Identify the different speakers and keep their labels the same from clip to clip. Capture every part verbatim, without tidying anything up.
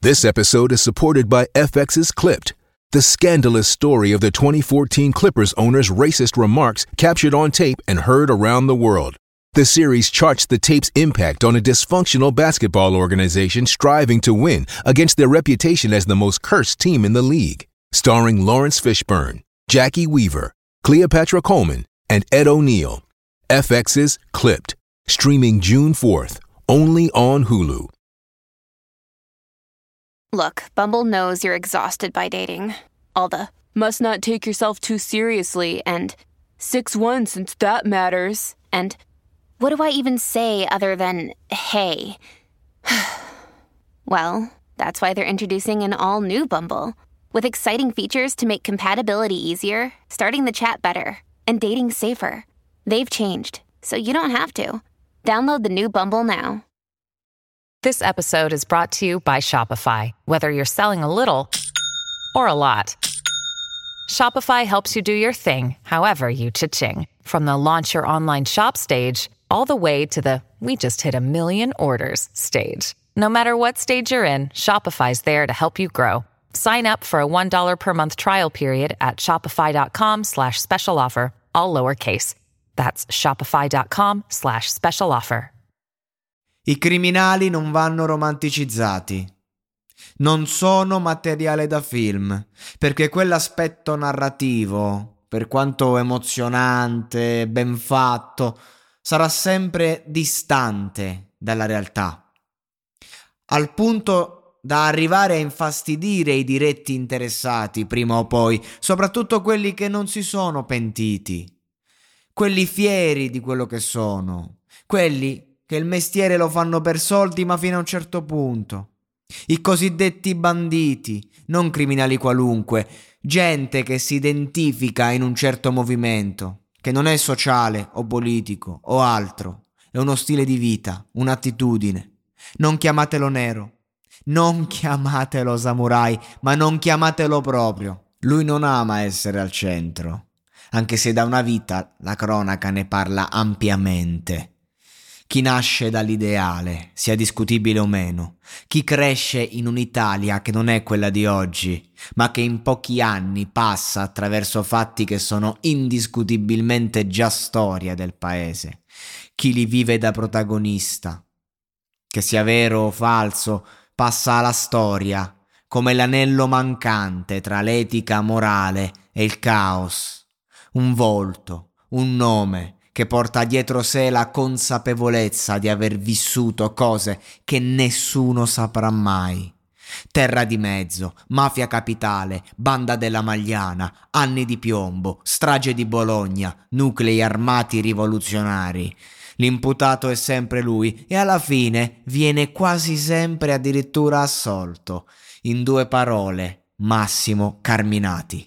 Speaker 1: This episode is supported by F X's Clipped, the scandalous story of the twenty fourteen Clippers owner's racist remarks captured on tape and heard around the world. The series charts the tape's impact on a dysfunctional basketball organization striving to win against their reputation as the most cursed team in the league. Starring Lawrence Fishburne, Jackie Weaver, Cleopatra Coleman, and Ed O'Neill. F X's Clipped, streaming June fourth, only on Hulu.
Speaker 2: Look, Bumble knows you're exhausted by dating. All the, must not take yourself too seriously, and six one since that matters, and what do I even say other than, hey? Well, that's why they're introducing an all-new Bumble, with exciting features to make compatibility easier, starting the chat better, and dating safer. They've changed, so you don't have to. Download the new Bumble now.
Speaker 3: This episode is brought to you by Shopify. Whether you're selling a little or a lot, Shopify helps you do your thing, however you cha-ching. From the launch your online shop stage, all the way to the we just hit a million orders stage. No matter what stage you're in, Shopify's there to help you grow. Sign up for a one dollar per month trial period at shopify.com slash special offer, all lowercase. That's shopify.com slash special offer.
Speaker 4: I criminali non vanno romanticizzati. Non sono materiale da film, perché quell'aspetto narrativo, per quanto emozionante, ben fatto, sarà sempre distante dalla realtà, al punto da arrivare a infastidire i diretti interessati prima o poi, soprattutto quelli che non si sono pentiti, quelli fieri di quello che sono, quelli che il mestiere lo fanno per soldi ma fino a un certo punto. I cosiddetti banditi, non criminali qualunque, gente che si identifica in un certo movimento, che non è sociale o politico o altro, è uno stile di vita, un'attitudine. Non chiamatelo nero, non chiamatelo samurai, ma non chiamatelo proprio. Lui non ama essere al centro, anche se da una vita la cronaca ne parla ampiamente. Chi nasce dall'ideale, sia discutibile o meno, chi cresce in un'Italia che non è quella di oggi, ma che in pochi anni passa attraverso fatti che sono indiscutibilmente già storia del paese, chi li vive da protagonista, che sia vero o falso, passa alla storia come l'anello mancante tra l'etica morale e il caos, un volto, un nome che porta dietro sé la consapevolezza di aver vissuto cose che nessuno saprà mai. Terra di mezzo, mafia capitale, banda della Magliana, anni di piombo, strage di Bologna, nuclei armati rivoluzionari. L'imputato è sempre lui e alla fine viene quasi sempre addirittura assolto. In due parole, Massimo Carminati.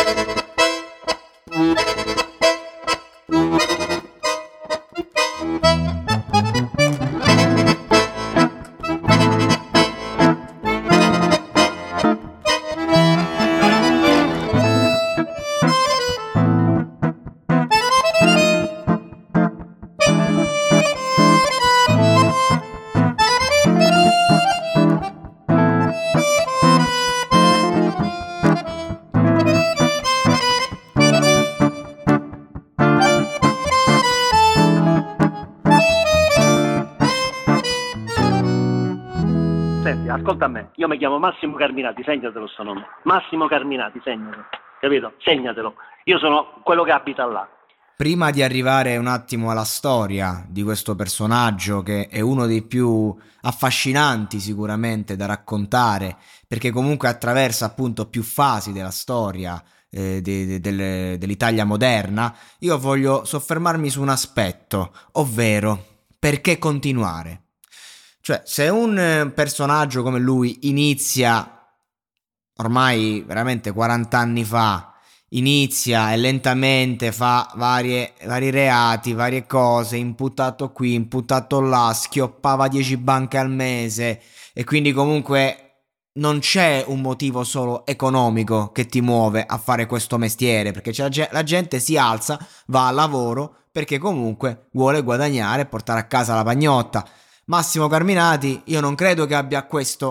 Speaker 5: Ascolta a me, io mi chiamo Massimo Carminati, segnatelo sto nome. Massimo Carminati, segnatelo, capito? Segnatelo. Io sono quello che abita là.
Speaker 4: Prima di arrivare un attimo alla storia di questo personaggio, che è uno dei più affascinanti sicuramente da raccontare, perché comunque attraversa appunto più fasi della storia eh, de- de- del- dell'Italia moderna, io voglio soffermarmi su un aspetto, ovvero perché continuare. Cioè, se un personaggio come lui inizia ormai veramente quaranta anni fa, inizia e lentamente fa varie, vari reati, varie cose, imputato qui, imputato là, schioppava dieci banche al mese e quindi comunque non c'è un motivo solo economico che ti muove a fare questo mestiere, perché c'è, la gente si alza, va al lavoro perché comunque vuole guadagnare e portare a casa la pagnotta. Massimo Carminati io non credo che abbia questo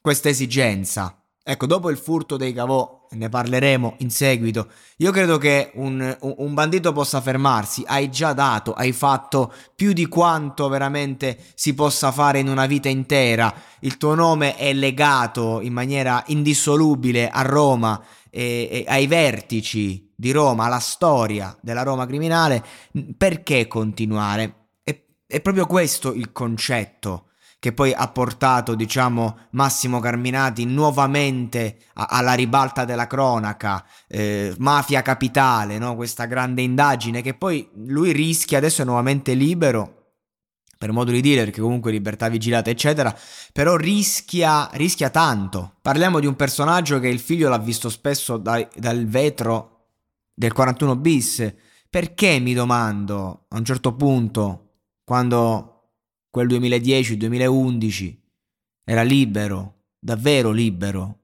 Speaker 4: questa esigenza. Ecco, dopo il furto dei Cavò, ne parleremo in seguito, io credo che un, un bandito possa fermarsi. Hai già dato, hai fatto più di quanto veramente si possa fare in una vita intera. Il tuo nome è legato in maniera indissolubile a Roma e, e ai vertici di Roma, alla storia della Roma criminale. Perché continuare? È, è proprio questo il concetto che poi ha portato, diciamo, Massimo Carminati nuovamente a- alla ribalta della cronaca, eh, Mafia Capitale, no? Questa grande indagine che poi lui rischia, adesso è nuovamente libero, per modo di dire, perché comunque libertà vigilata eccetera, però rischia, rischia tanto. Parliamo di un personaggio che il figlio l'ha visto spesso dai, dal vetro del quarantuno bis. Perché, mi domando, a un certo punto, quando quel duemiladieci duemilaundici era libero, davvero libero,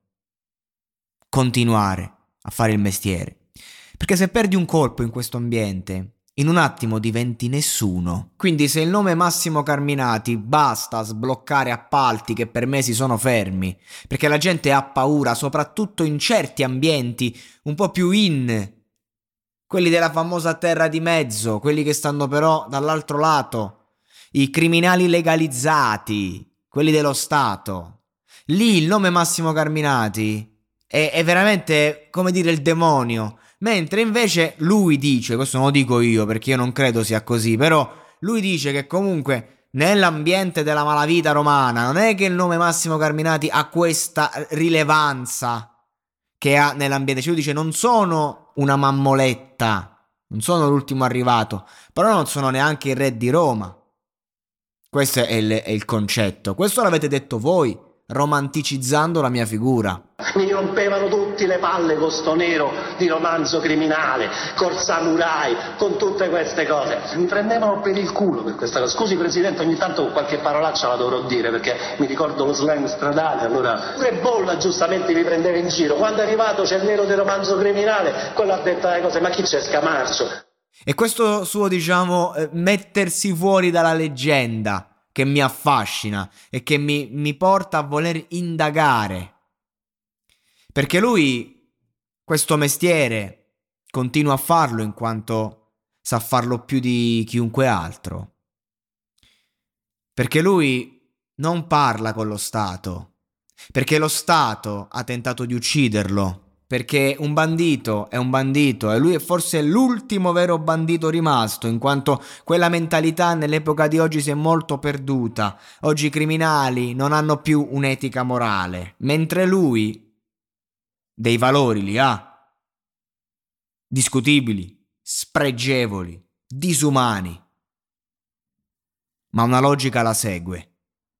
Speaker 4: continuare a fare il mestiere? Perché se perdi un colpo in questo ambiente, in un attimo diventi nessuno. Quindi se il nome è Massimo Carminati, basta sbloccare appalti che per mesi sono fermi, perché la gente ha paura, soprattutto in certi ambienti un po' più in, quelli della famosa terra di mezzo, quelli che stanno però dall'altro lato, i criminali legalizzati, quelli dello Stato. Lì il nome Massimo Carminati è, è veramente, come dire, il demonio. Mentre invece lui dice, questo non lo dico io perché io non credo sia così, però lui dice che comunque nell'ambiente della malavita romana non è che il nome Massimo Carminati ha questa rilevanza che ha nell'ambiente. Cioè lui dice: non sono una mammoletta, non sono l'ultimo arrivato, però non sono neanche il re di Roma. Questo è il, è il concetto. Questo l'avete detto voi, romanticizzando la mia figura.
Speaker 6: Mi rompevano tutti le palle con sto nero di Romanzo Criminale, col samurai, con tutte queste cose. Mi prendevano per il culo per questa cosa. Scusi Presidente, ogni tanto qualche parolaccia la dovrò dire perché mi ricordo lo slang stradale, allora pure Bolla giustamente mi prendeva in giro. Quando è arrivato c'è il nero di Romanzo Criminale, quello ha detto le cose, ma chi c'è, Scamarcio?
Speaker 4: E questo suo, diciamo, eh, mettersi fuori dalla leggenda che mi affascina e che mi, mi porta a voler indagare. Perché lui questo mestiere continua a farlo in quanto sa farlo più di chiunque altro. Perché lui non parla con lo Stato. Perché lo Stato ha tentato di ucciderlo. Perché un bandito è un bandito e lui è forse l'ultimo vero bandito rimasto, in quanto quella mentalità nell'epoca di oggi si è molto perduta. Oggi i criminali non hanno più un'etica morale, mentre lui dei valori li ha. Discutibili, spregevoli, disumani. Ma una logica la segue.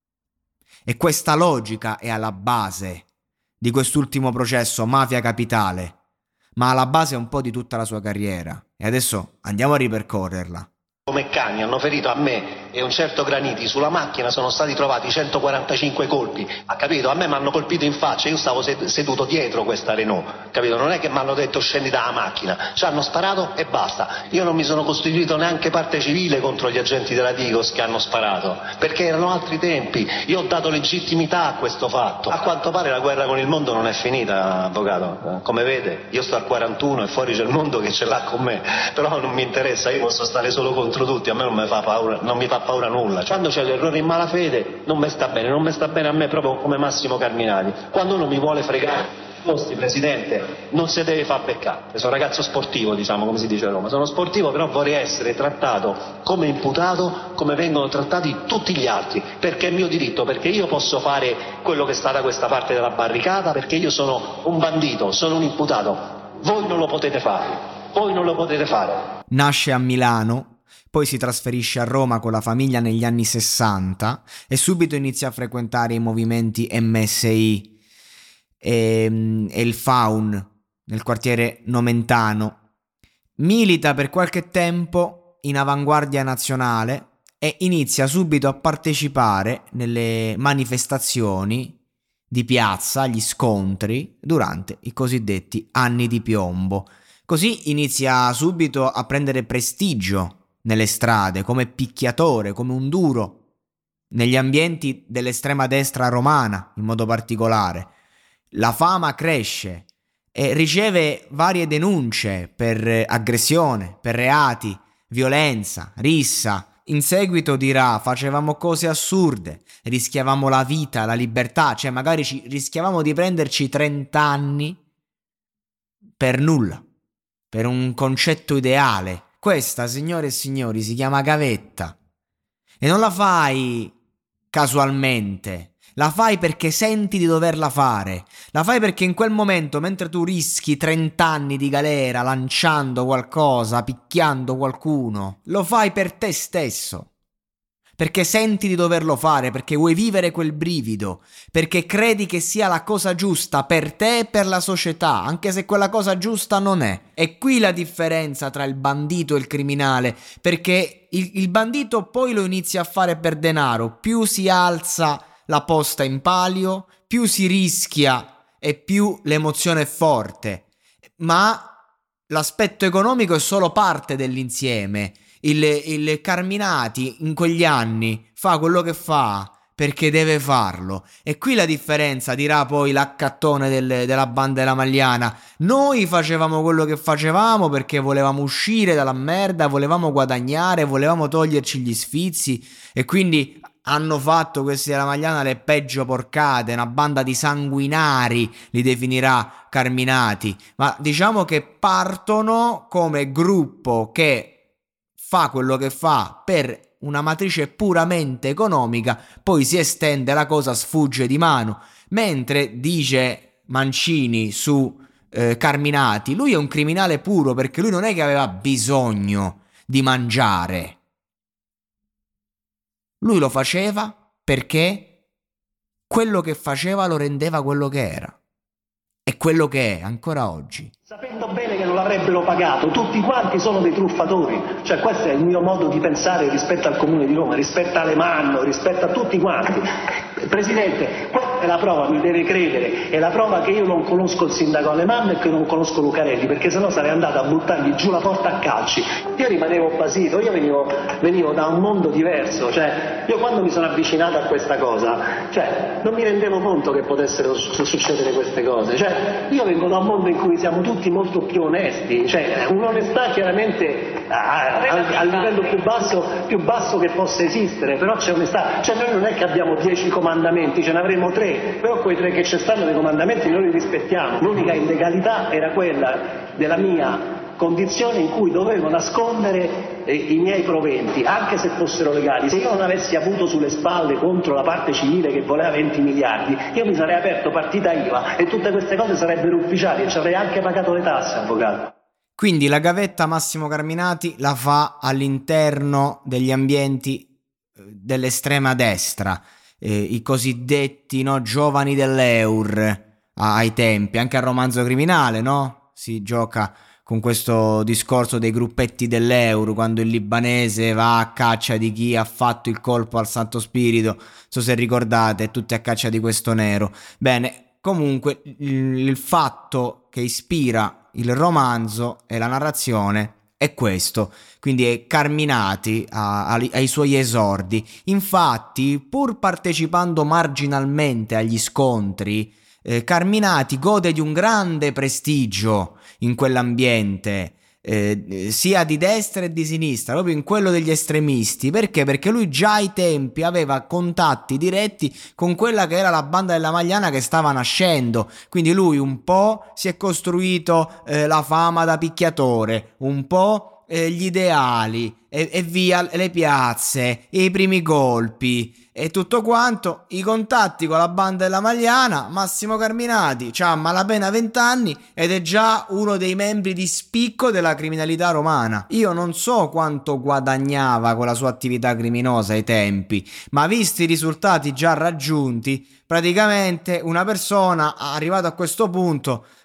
Speaker 4: E questa logica è alla base di quest'ultimo processo Mafia Capitale, ma alla base un po' di tutta la sua carriera. E adesso andiamo a ripercorrerla.
Speaker 6: Come cani hanno ferito a me e un certo Graniti, sulla macchina sono stati trovati centoquarantacinque colpi, ha capito? A me mi hanno colpito in faccia, io stavo seduto dietro questa Renault, capito? Non è che mi hanno detto scendi dalla macchina, ci hanno sparato e basta. Io non mi sono costituito neanche parte civile contro gli agenti della Digos che hanno sparato, perché erano altri tempi. Io ho dato legittimità a questo fatto. A quanto pare la guerra con il mondo non è finita, avvocato, come vede io sto al quarantuno e fuori c'è il mondo che ce l'ha con me, però non mi interessa, io posso stare solo contro tutti, a me non mi fa paura, non mi fa paura nulla. Quando c'è l'errore in malafede non mi sta bene, non mi sta bene a me proprio come Massimo Carminati. Quando uno mi vuole fregare posti, Presidente, non si deve far beccare. Sono un ragazzo sportivo, diciamo, come si dice a Roma. Sono sportivo, però vorrei essere trattato come imputato, come vengono trattati tutti gli altri, perché è mio diritto, perché io posso fare quello che sta da questa parte della barricata, perché io sono un bandito, sono un imputato. Voi non lo potete fare, voi non lo potete fare.
Speaker 4: Nasce a Milano, poi si trasferisce a Roma con la famiglia negli anni sessanta e subito inizia a frequentare i movimenti M S I e, e il Faun nel quartiere Nomentano. Milita per qualche tempo in Avanguardia Nazionale e inizia subito a partecipare nelle manifestazioni di piazza, gli scontri durante i cosiddetti anni di piombo. Così inizia subito a prendere prestigio nelle strade come picchiatore, come un duro, negli ambienti dell'estrema destra romana in modo particolare. La fama cresce e riceve varie denunce per aggressione, per reati, violenza, rissa. In seguito dirà: facevamo cose assurde, rischiavamo la vita, la libertà, cioè magari ci rischiavamo di prenderci trenta anni per nulla, per un concetto ideale. Questa, signore e signori, si chiama gavetta e non la fai casualmente, la fai perché senti di doverla fare, la fai perché in quel momento, mentre tu rischi trenta anni di galera lanciando qualcosa, picchiando qualcuno, lo fai per te stesso. Perché senti di doverlo fare, perché vuoi vivere quel brivido, perché credi che sia la cosa giusta per te e per la società, anche se quella cosa giusta non è. È qui la differenza tra il bandito e il criminale, perché il, il bandito poi lo inizia a fare per denaro, più si alza la posta in palio, più si rischia e più l'emozione è forte, ma l'aspetto economico è solo parte dell'insieme. Il, il Carminati in quegli anni fa quello che fa perché deve farlo, e qui la differenza, dirà poi l'accattone del, della banda della Magliana. Noi facevamo quello che facevamo perché volevamo uscire dalla merda, volevamo guadagnare, volevamo toglierci gli sfizi, e quindi hanno fatto questi della Magliana le peggio porcate, una banda di sanguinari li definirà Carminati, ma diciamo che partono come gruppo che fa quello che fa per una matrice puramente economica, poi si estende, la cosa sfugge di mano. Mentre dice Mancini su eh, Carminati, lui è un criminale puro perché lui non è che aveva bisogno di mangiare, lui lo faceva perché quello che faceva lo rendeva quello che era e quello che è ancora oggi.
Speaker 6: Sapendo bene che non l'avrebbero pagato, tutti quanti sono dei truffatori, cioè questo è il mio modo di pensare rispetto al Comune di Roma, rispetto a Alemanno, rispetto a tutti quanti. Presidente, questa è la prova, mi deve credere, è la prova che io non conosco il sindaco Alemanno e che non conosco Lucarelli, perché sennò sarei andato a buttargli giù la porta a calci. Io rimanevo basito, io venivo, venivo da un mondo diverso, cioè io quando mi sono avvicinato a questa cosa, cioè non mi rendevo conto che potessero succedere queste cose, cioè io vengo da un mondo in cui siamo tutti molto più onesti, cioè un'onestà chiaramente a, a, al livello più basso, più basso che possa esistere, però c'è onestà, cioè noi non è che abbiamo dieci comandamenti, ce ne avremo tre, però quei tre che ci stanno dei comandamenti noi li rispettiamo. L'unica illegalità era quella della mia condizione in cui dovevo nascondere eh, i miei proventi, anche se fossero legali. Se io non avessi avuto sulle spalle contro la parte civile che voleva venti miliardi, io mi sarei aperto partita I V A e tutte queste cose sarebbero ufficiali e ci avrei anche pagato le tasse, avvocato.
Speaker 4: Quindi la gavetta Massimo Carminati la fa all'interno degli ambienti dell'estrema destra, eh, i cosiddetti no, giovani dell'Eur ai tempi, anche al Romanzo Criminale, no? Si gioca con questo discorso dei gruppetti dell'Eur, quando il libanese va a caccia di chi ha fatto il colpo al Santo Spirito, non so se ricordate, tutti a caccia di questo nero. Bene, comunque il, il fatto che ispira il romanzo e la narrazione è questo, quindi è Carminati a, a, ai suoi esordi. Infatti, pur partecipando marginalmente agli scontri, eh, Carminati gode di un grande prestigio in quell'ambiente, eh, sia di destra e di sinistra, proprio in quello degli estremisti. Perché? Perché lui già ai tempi aveva contatti diretti con quella che era la banda della Magliana che stava nascendo, quindi lui un po' si è costruito eh, la fama da picchiatore, un po' eh, gli ideali e, e via le piazze, i primi colpi e tutto quanto, i contatti con la banda della Magliana. Massimo Carminati c'ha malapena venti anni ed è già uno dei membri di spicco della criminalità romana. Io non so quanto guadagnava con la sua attività criminosa ai tempi, ma visti i risultati già raggiunti, praticamente una persona arrivato a questo punto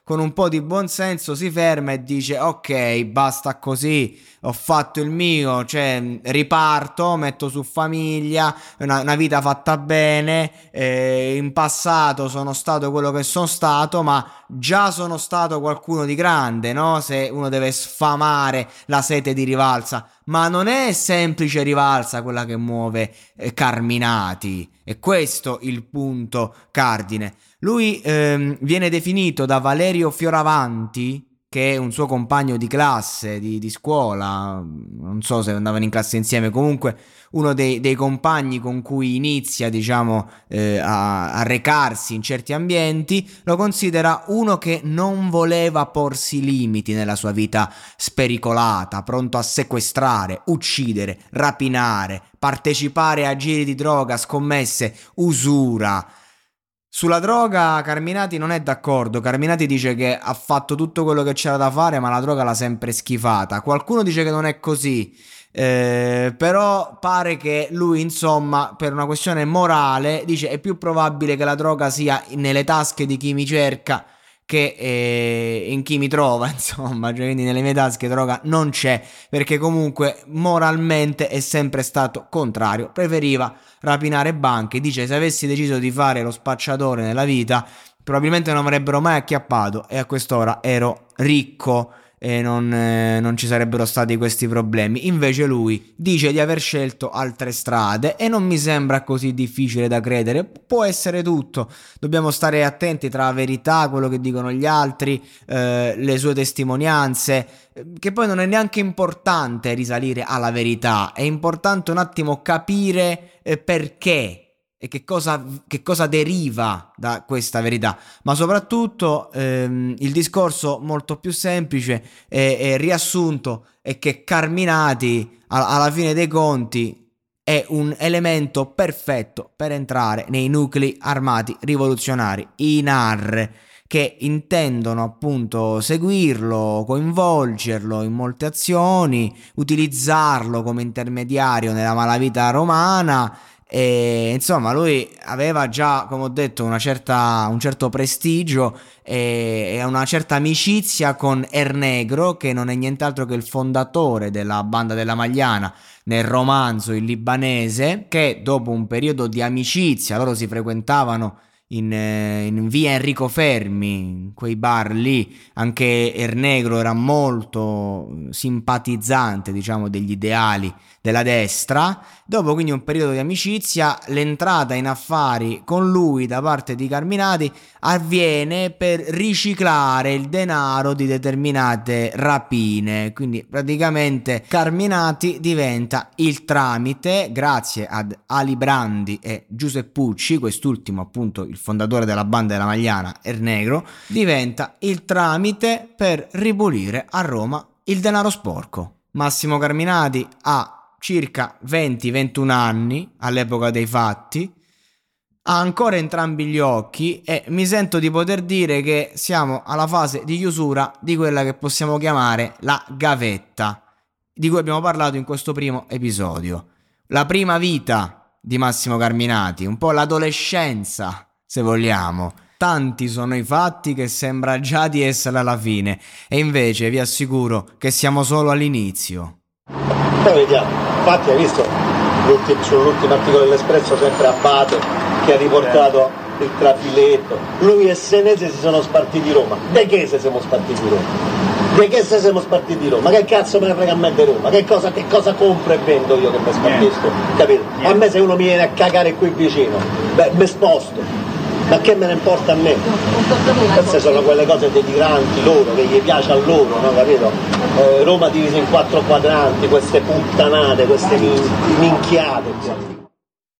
Speaker 4: con un po' di buonsenso si ferma e dice ok, basta così, ho fatto il mio, cioè riparto, metto su famiglia, una, una vita fatta bene, eh, in passato sono stato quello che sono stato, ma già sono stato qualcuno di grande, no? Se uno deve sfamare la sete di rivalsa, ma non è semplice rivalsa quella che muove eh, Carminati, è questo il punto cardine. Lui ehm, viene definito da Valerio Fioravanti, che è un suo compagno di classe, di, di scuola, non so se andavano in classe insieme, comunque uno dei, dei compagni con cui inizia, diciamo, eh, a, a recarsi in certi ambienti, lo considera uno che non voleva porsi limiti nella sua vita spericolata, pronto a sequestrare, uccidere, rapinare, partecipare a giri di droga, scommesse, usura. Sulla droga Carminati non è d'accordo. Carminati dice che ha fatto tutto quello che c'era da fare, ma la droga l'ha sempre schifata. Qualcuno dice che non è così, eh, però pare che lui, insomma, per una questione morale, dice è più probabile che la droga sia nelle tasche di chi mi cerca che eh, in chi mi trova, insomma, cioè, quindi nelle mie tasche droga non c'è, perché comunque moralmente è sempre stato contrario, preferiva rapinare banche. Dice se avessi deciso di fare lo spacciatore nella vita probabilmente non avrebbero mai acchiappato e a quest'ora ero ricco e non, eh, non ci sarebbero stati questi problemi. Invece lui dice di aver scelto altre strade e non mi sembra così difficile da credere. Può essere tutto, dobbiamo stare attenti tra la verità, quello che dicono gli altri, eh, le sue testimonianze, che poi non è neanche importante risalire alla verità, è importante un attimo capire eh, perché e che cosa, che cosa deriva da questa verità. Ma soprattutto ehm, il discorso molto più semplice e, e riassunto è che Carminati a, alla fine dei conti è un elemento perfetto per entrare nei nuclei armati rivoluzionari, i N A R, che intendono appunto seguirlo, coinvolgerlo in molte azioni, utilizzarlo come intermediario nella malavita romana. E insomma lui aveva già, come ho detto, una certa, un certo prestigio e, e una certa amicizia con Ernegro, che non è nient'altro che il fondatore della banda della Magliana nel romanzo Il Libanese, che dopo un periodo di amicizia, loro si frequentavano in, in via Enrico Fermi, in quei bar lì, anche Ernegro era molto simpatizzante, diciamo, degli ideali della destra. Dopo quindi un periodo di amicizia, l'entrata in affari con lui da parte di Carminati avviene per riciclare il denaro di determinate rapine. Quindi praticamente Carminati diventa il tramite, grazie ad Ali Brandi e Giuseppucci, quest'ultimo appunto il fondatore della banda della Magliana, Ernegro, diventa il tramite per ripulire a Roma il denaro sporco. Massimo Carminati ha circa venti ventuno anni all'epoca dei fatti, ha ancora entrambi gli occhi e mi sento di poter dire che siamo alla fase di chiusura di quella che possiamo chiamare la gavetta, di cui abbiamo parlato in questo primo episodio. La prima vita di Massimo Carminati, un po' l'adolescenza, se vogliamo. Tanti sono i fatti che sembra già di essere alla fine e invece vi assicuro che siamo solo all'inizio.
Speaker 6: Poi vediamo, infatti hai visto l'ultimo, sull'ultimo articolo dell'Espresso sempre Abate che ha riportato il trafiletto. Lui e Senese si sono spartiti Roma. De che se siamo spartiti Roma? De che se siamo spartiti Roma? Che cazzo me ne frega a me di Roma? Che cosa, che cosa compro e vendo io che mi spartisco? Capito? A me se uno mi viene a cagare qui vicino, beh, mi sposto. Ma che me ne importa a me? Queste sono quelle cose deliranti loro, che gli piace a loro, no, capito? Eh, Roma divisa in quattro quadranti, queste puttanate, queste min- minchiate.